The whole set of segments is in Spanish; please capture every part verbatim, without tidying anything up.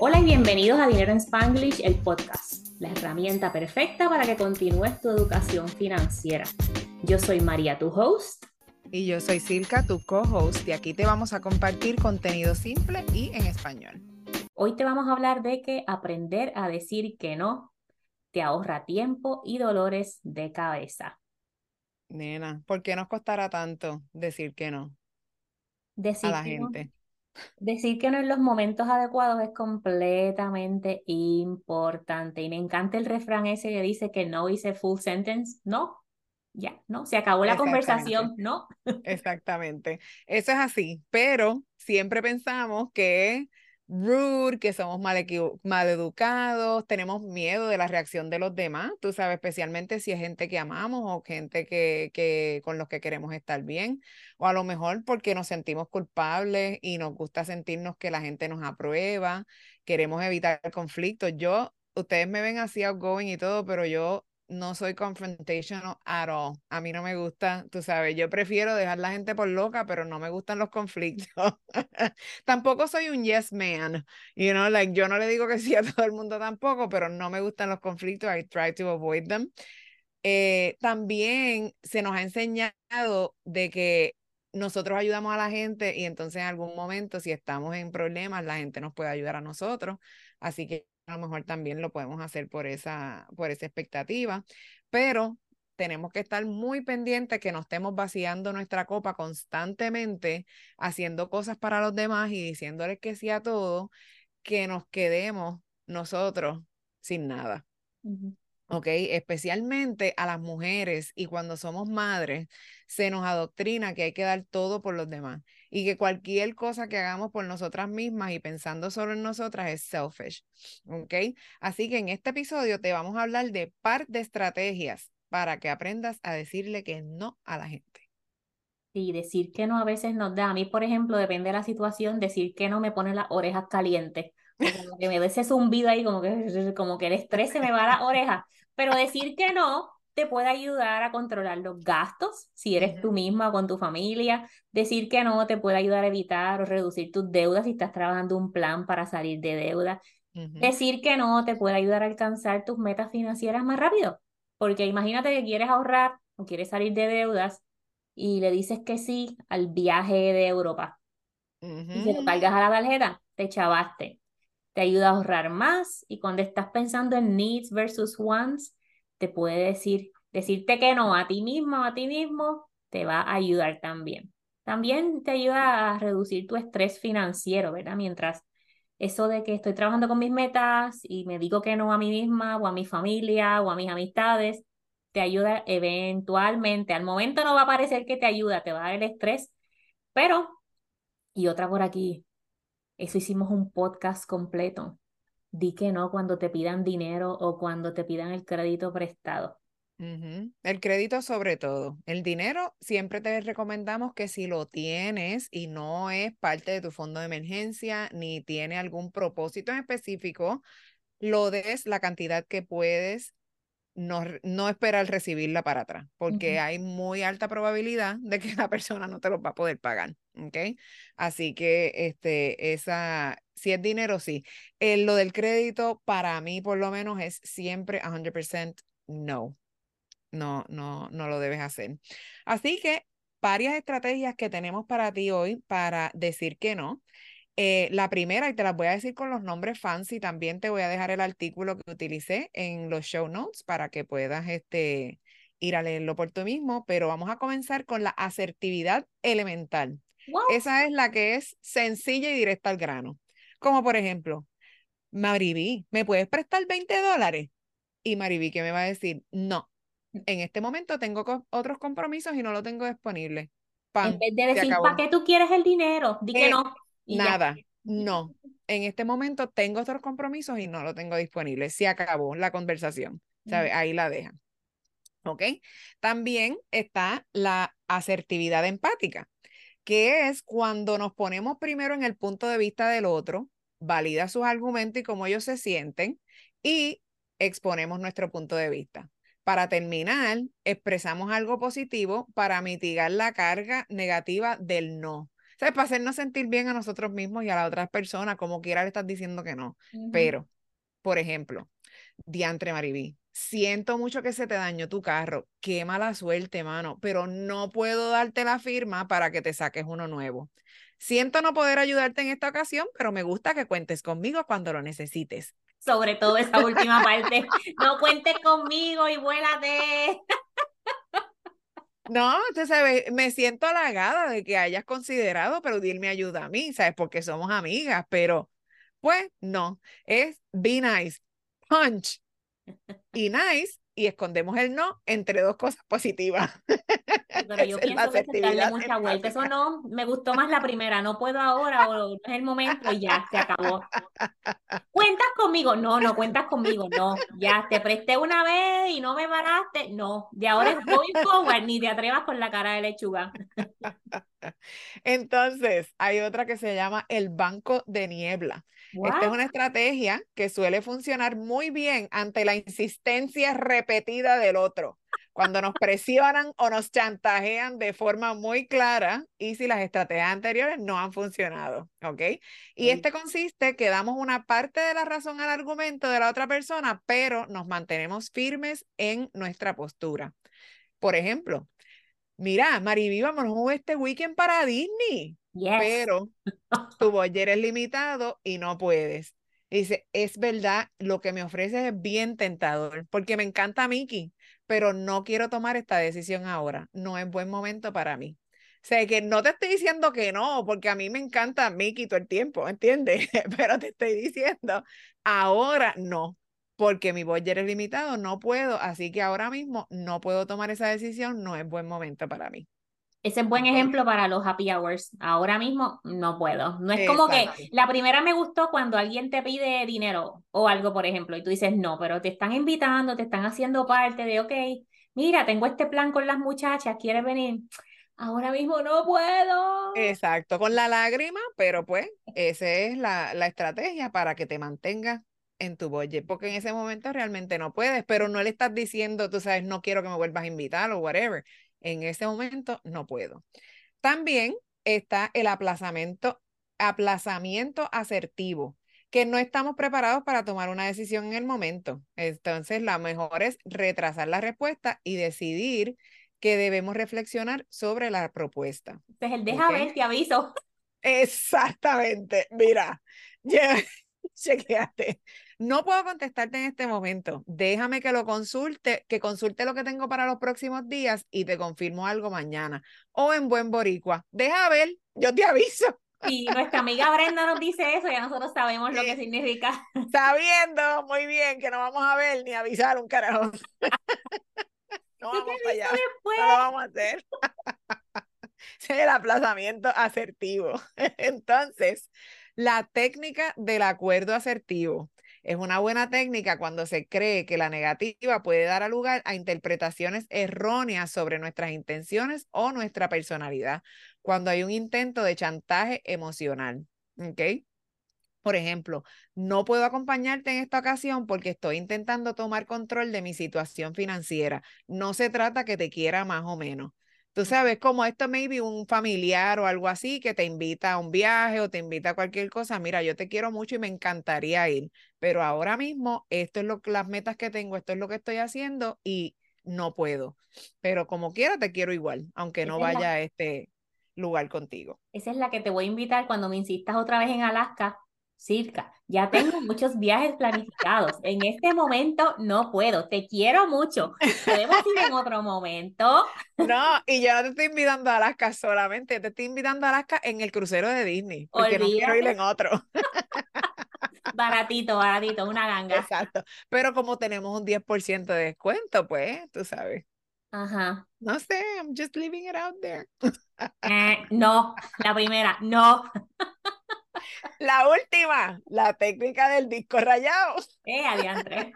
Hola y bienvenidos a Dinero en Spanglish, el podcast, la herramienta perfecta para que continúes tu educación financiera. Yo soy María, tu host. Y yo soy Silka, tu co-host, y aquí te vamos a compartir contenido simple y en español. Hoy te vamos a hablar de que aprender a decir que no te ahorra tiempo y dolores de cabeza. Nena, ¿por qué nos costará tanto decir que no a Decir la que no, gente? decir que no en los momentos adecuados es completamente importante. Y me encanta el refrán ese que dice que no hice full sentence. No, ya, no, se acabó la Exactamente, conversación, no. exactamente. Eso es así, pero siempre pensamos que es rude, que somos mal, equivo- mal educados, tenemos miedo de la reacción de los demás, tú sabes, especialmente si es gente que amamos o gente que, que con los que queremos estar bien, o a lo mejor porque nos sentimos culpables y nos gusta sentirnos que la gente nos aprueba, queremos evitar conflictos. Yo, ustedes me ven así outgoing y todo, pero yo no soy confrontational at all. A mí no me gusta, tú sabes, yo prefiero dejar la gente por loca, pero no me gustan los conflictos. Tampoco soy un yes man, you know, like yo no le digo que sí a todo el mundo tampoco, pero no me gustan los conflictos. I try to avoid them. Eh, también se nos ha enseñado de que nosotros ayudamos a la gente y entonces en algún momento si estamos en problemas la gente nos puede ayudar a nosotros, así que a lo mejor también lo podemos hacer por esa, por esa expectativa, pero tenemos que estar muy pendientes que no estemos vaciando nuestra copa constantemente, haciendo cosas para los demás y diciéndoles que sí a todo, que nos quedemos nosotros sin nada. Ujú. ¿Ok? Especialmente a las mujeres y cuando somos madres, se nos adoctrina que hay que dar todo por los demás y que cualquier cosa que hagamos por nosotras mismas y pensando solo en nosotras es selfish. ¿Ok? Así que en este episodio te vamos a hablar de par de estrategias para que aprendas a decirle que no a la gente. Y decir que no a veces nos da, a mí por ejemplo, depende de la situación, decir que no me pone las orejas calientes o como que me da ese zumbido ahí, como que, como que el estrés se me va a las orejas, pero decir que no te puede ayudar a controlar los gastos, si eres tú Ujú, misma o con tu familia, decir que no te puede ayudar a evitar o reducir tus deudas si estás trabajando un plan para salir de deuda, ujú, decir que no te puede ayudar a alcanzar tus metas financieras más rápido, porque imagínate que quieres ahorrar o quieres salir de deudas y le dices que sí al viaje de Europa y se lo ujú. cargas a la tarjeta, te chavaste. Te ayuda a ahorrar más y cuando estás pensando en needs versus wants, te puede decir, decirte que no a ti mismo o a ti mismo, te va a ayudar también. También te ayuda a reducir tu estrés financiero, ¿verdad? Mientras eso de que estoy trabajando con mis metas y me digo que no a mí misma o a mi familia o a mis amistades, te ayuda eventualmente. Al momento no va a parecer que te ayuda, te va a dar el estrés, pero, y otra por aquí, eso hicimos un podcast completo. Di que no cuando te pidan dinero o cuando te pidan el crédito prestado. Ujú. El crédito sobre todo. El dinero siempre te recomendamos que si lo tienes y no es parte de tu fondo de emergencia ni tiene algún propósito en específico, lo des la cantidad que puedes, no, re- no esperar recibirla para atrás, porque Ujú. hay muy alta probabilidad de que la persona no te lo va a poder pagar, ¿ok? Así que este, esa, si es dinero, sí. Eh, lo del crédito para mí por lo menos es siempre cien por ciento no. No, no, no lo debes hacer. Así que varias estrategias que tenemos para ti hoy para decir que no. Eh, la primera, y te las voy a decir con los nombres fancy, también te voy a dejar el artículo que utilicé en los show notes para que puedas este, ir a leerlo por tú mismo, pero vamos a comenzar con la asertividad elemental. What? Esa es la que es sencilla y directa al grano. Como por ejemplo, Mariví, ¿me puedes prestar veinte dólares? Y Mariví, ¿qué me va a decir? No, en este momento tengo co- otros compromisos y no lo tengo disponible. En Pan, vez de se decir, ¿para acabó. qué tú quieres el dinero? Di que Eh, no y ya. nada, no. En este momento tengo otros compromisos y no lo tengo disponible. Se acabó la conversación, ¿sabe? Ahí la dejan. ¿Ok? También está la asertividad empática, que es cuando nos ponemos primero en el punto de vista del otro, valida sus argumentos y cómo ellos se sienten y exponemos nuestro punto de vista. Para terminar, expresamos algo positivo para mitigar la carga negativa del no. O sea, para hacernos sentir bien a nosotros mismos y a las otras personas, como quiera le estás diciendo que no. Ujú. Pero, por ejemplo, diantre Mariví, siento mucho que se te dañó tu carro, qué mala suerte, mano, pero no puedo darte la firma para que te saques uno nuevo. Siento no poder ayudarte en esta ocasión, pero me gusta que cuentes conmigo cuando lo necesites. Sobre todo esa última parte. No cuentes conmigo y vuélate. No, tú sabes, me siento halagada de que hayas considerado pedirme ayuda a mí, ¿sabes? Porque somos amigas, pero pues no, es be nice, punch y nice y escondemos el no entre dos cosas positivas. Sí, pero yo Esa es la pienso que eso es darle asertividad mucha en vuelta. Eso básica. no, me gustó más la primera. No puedo ahora o no es el momento y ya, se acabó. ¿Cuentas conmigo? No, no cuentas conmigo. No, ya te presté una vez y no me paraste. No, de ahora es going forward, ni te atrevas con la cara de lechuga. Entonces, hay otra que se llama el banco de niebla. Esta es What? una estrategia que suele funcionar muy bien ante la insistencia repetida del otro, cuando nos presionan o nos chantajean de forma muy clara y si las estrategias anteriores no han funcionado, ¿ok? Y Sí. este consiste que damos una parte de la razón al argumento de la otra persona, pero nos mantenemos firmes en nuestra postura. Por ejemplo, mira, Mariví, vámonos este weekend para Disney, Yes. pero tu budget es limitado y no puedes. Y dice, es verdad, lo que me ofreces es bien tentador, porque me encanta Mickey, pero no quiero tomar esta decisión ahora. No es buen momento para mí. O sea, que no te estoy diciendo que no, porque a mí me encanta Mickey todo el tiempo, ¿entiendes? Pero te estoy diciendo, ahora no, porque mi budget es limitado, no puedo, así que ahora mismo no puedo tomar esa decisión, no es buen momento para mí. Ese es buen ¿Ok? ejemplo para los happy hours. Ahora mismo no puedo. No es como que Exacto. la primera me gustó cuando alguien te pide dinero o algo, por ejemplo, y tú dices no, pero te están invitando, te están haciendo parte de, ok, mira, tengo este plan con las muchachas, ¿quieres venir? Ahora mismo no puedo. Exacto, con la lágrima, pero pues esa es la, la estrategia para que te mantengas en tu budget, porque en ese momento realmente no puedes, pero no le estás diciendo, tú sabes, no quiero que me vuelvas a invitar o whatever. En ese momento no puedo. También está el aplazamiento, aplazamiento asertivo, que no estamos preparados para tomar una decisión en el momento. Entonces, lo mejor es retrasar la respuesta y decidir que debemos reflexionar sobre la propuesta. Este es el ¿Ok? deja ver, te aviso. Exactamente. Mira, ya, chequéate. No puedo contestarte en este momento. Déjame que lo consulte, que consulte lo que tengo para los próximos días y te confirmo algo mañana. O en buen boricua. Deja ver, yo te aviso. Si nuestra amiga Brenda nos dice eso, ya nosotros sabemos lo que Sí, significa. sabiendo muy bien que no vamos a ver ni avisar un carajo. No Yo te vamos para aviso allá. después. No lo vamos a hacer. Es el aplazamiento asertivo. Entonces, la técnica del acuerdo asertivo es una buena técnica cuando se cree que la negativa puede dar lugar a interpretaciones erróneas sobre nuestras intenciones o nuestra personalidad, cuando hay un intento de chantaje emocional. ¿Ok? Por ejemplo, no puedo acompañarte en esta ocasión porque estoy intentando tomar control de mi situación financiera. No se trata que te quiera más o menos. Tú sabes, como esto maybe un familiar o algo así que te invita a un viaje o te invita a cualquier cosa. Mira, yo te quiero mucho y me encantaría ir, pero ahora mismo esto es lo, las metas que tengo, esto es lo que estoy haciendo y no puedo. Pero como quiera te quiero igual, aunque no Esa es la, vaya a este lugar contigo. esa es la que te voy a invitar cuando me insistas otra vez en Alaska. Circa, ya tengo muchos viajes planificados. En este momento no puedo. Te quiero mucho. Podemos ir en otro momento. No, y yo no te estoy invitando a Alaska solamente, te estoy invitando a Alaska en el crucero de Disney, porque no quiero ir Olvídate. en otro. Baratito, baratito, una ganga. Exacto. Pero como tenemos un diez por ciento de descuento, pues, tú sabes. Ajá. No sé, I'm just leaving it out there. Eh, no, la primera, no. La última, la técnica del disco rayado. Eh, adiantre.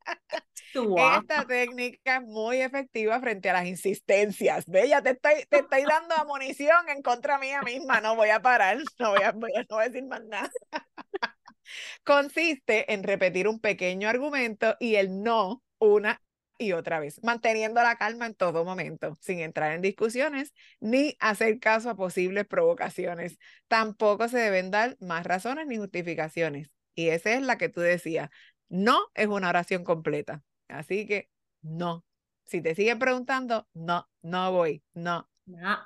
Suá. Esta técnica es muy efectiva frente a las insistencias. Ve, ya te estoy, te estoy dando munición en contra mía misma. No voy a parar, no voy a, voy a- no voy a decir más nada. Consiste en repetir un pequeño argumento y el no una y otra vez, manteniendo la calma en todo momento, sin entrar en discusiones ni hacer caso a posibles provocaciones. Tampoco se deben dar más razones ni justificaciones. Y esa es la que tú decías. No es una oración completa. Así que no. Si te siguen preguntando, no, no voy, no, No.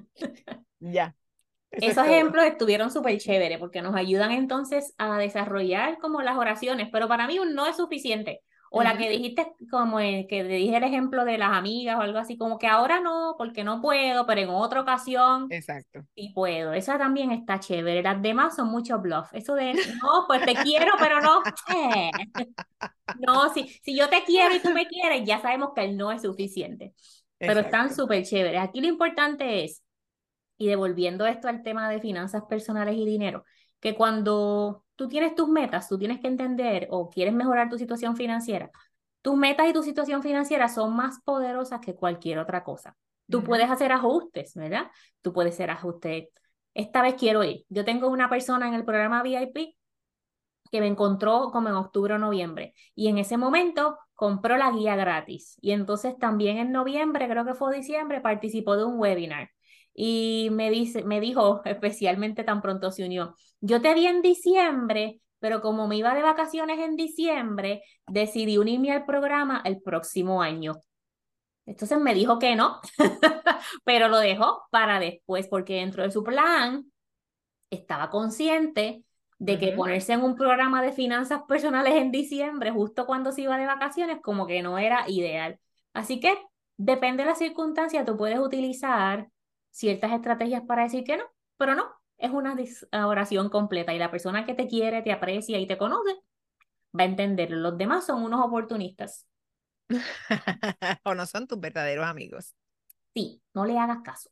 ya. Eso es Esos todo. ejemplos estuvieron súper chéveres porque nos ayudan entonces a desarrollar como las oraciones, pero para mí un no es suficiente. O la Ujú, que dijiste, como el, que te dije el ejemplo de las amigas o algo así, como que ahora no, porque no puedo, pero en otra ocasión exacto. sí puedo. Esa también está chévere. Las demás son mucho bluff. Eso de, no, pues te quiero, pero no. Eh. No, si, si yo te quiero y tú me quieres, ya sabemos que el no es suficiente. Pero están Exacto. súper chéveres. Aquí lo importante es, y devolviendo esto al tema de finanzas personales y dinero, que cuando tú tienes tus metas, tú tienes que entender o quieres mejorar tu situación financiera, tus metas y tu situación financiera son más poderosas que cualquier otra cosa. Tú Ujú, puedes hacer ajustes, ¿verdad? Tú puedes hacer ajustes. Esta vez quiero ir. Yo tengo una persona en el programa V I P que me encontró como en octubre o noviembre. Y en ese momento compró la guía gratis. Y entonces también en noviembre, creo que fue diciembre, participó de un webinar. Y me dice, me dijo, especialmente tan pronto se unió, yo te vi en diciembre, pero como me iba de vacaciones en diciembre, decidí unirme al programa el próximo año. Entonces me dijo que no, pero lo dejó para después, porque dentro de su plan estaba consciente de que ujú. ponerse en un programa de finanzas personales en diciembre, justo cuando se iba de vacaciones, como que no era ideal. Así que depende de la circunstancia, tú puedes utilizar ciertas estrategias para decir que no, pero no, es una oración completa y la persona que te quiere, te aprecia y te conoce va a entenderlo. Los demás son unos oportunistas. O no son tus verdaderos amigos. Sí, no le hagas caso.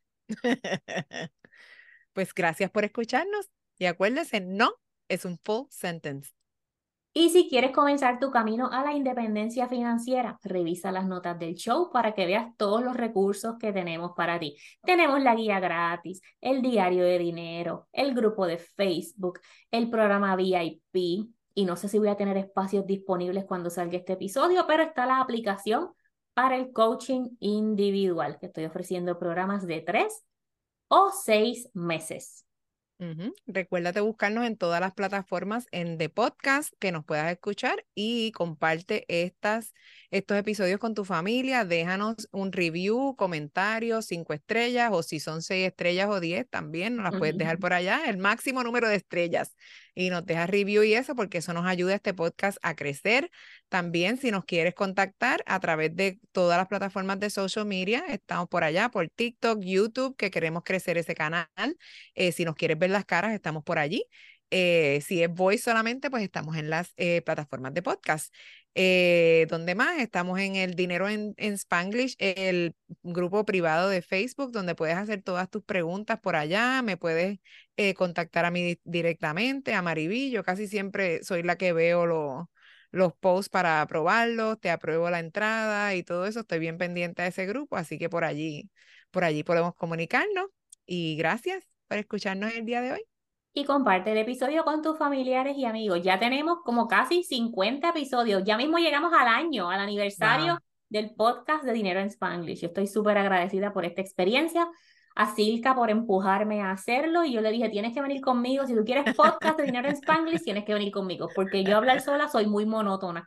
Pues gracias por escucharnos y acuérdense, no es un full sentence. Y si quieres comenzar tu camino a la independencia financiera, revisa las notas del show para que veas todos los recursos que tenemos para ti. Tenemos la guía gratis, el diario de dinero, el grupo de Facebook, el programa V I P. Y no sé si voy a tener espacios disponibles cuando salga este episodio, pero está la aplicación para el coaching individual, que estoy ofreciendo programas de tres o seis meses. Ujú. Recuérdate buscarnos en todas las plataformas en de podcast que nos puedas escuchar y comparte estas, estos episodios con tu familia. Déjanos un review, comentarios, cinco estrellas o si son seis estrellas o diez también nos las puedes dejar por allá, el máximo número de estrellas y nos dejas review y eso porque eso nos ayuda a este podcast a crecer. También si nos quieres contactar a través de todas las plataformas de social media, estamos por allá, por TikTok, YouTube, que queremos crecer ese canal. Eh, si nos quieres ver las caras, estamos por allí. Eh, si es voice solamente, pues estamos en las eh, plataformas de podcast. Eh, ¿dónde más? Estamos en el Dinero en, en Spanglish, el grupo privado de Facebook, donde puedes hacer todas tus preguntas por allá. Me puedes eh, contactar a mí di- directamente, a Mariví. Yo casi siempre soy la que veo los los posts para aprobarlos, te apruebo la entrada y todo eso. Estoy bien pendiente de ese grupo, así que por allí, por allí podemos comunicarnos. Y gracias por escucharnos el día de hoy. Y comparte el episodio con tus familiares y amigos. Ya tenemos como casi cincuenta episodios. Ya mismo llegamos al año, al aniversario Wow. del podcast de Dinero en Spanglish. Yo estoy súper agradecida por esta experiencia. A Silka por empujarme a hacerlo. Y yo le dije, tienes que venir conmigo. Si tú quieres podcast de Dinero en Spanglish, tienes que venir conmigo. Porque yo hablar sola soy muy monótona.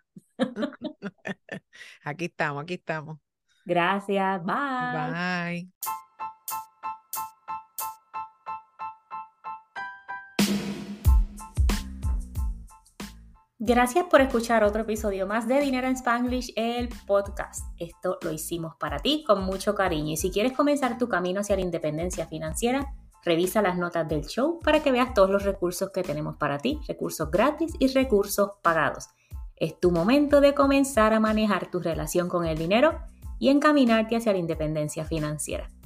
Aquí estamos, aquí estamos. Gracias. Bye. Bye. Gracias por escuchar otro episodio más de Dinero en Spanglish, el podcast. Esto lo hicimos para ti con mucho cariño y si quieres comenzar tu camino hacia la independencia financiera, revisa las notas del show para que veas todos los recursos que tenemos para ti, recursos gratis y recursos pagados. Es tu momento de comenzar a manejar tu relación con el dinero y encaminarte hacia la independencia financiera.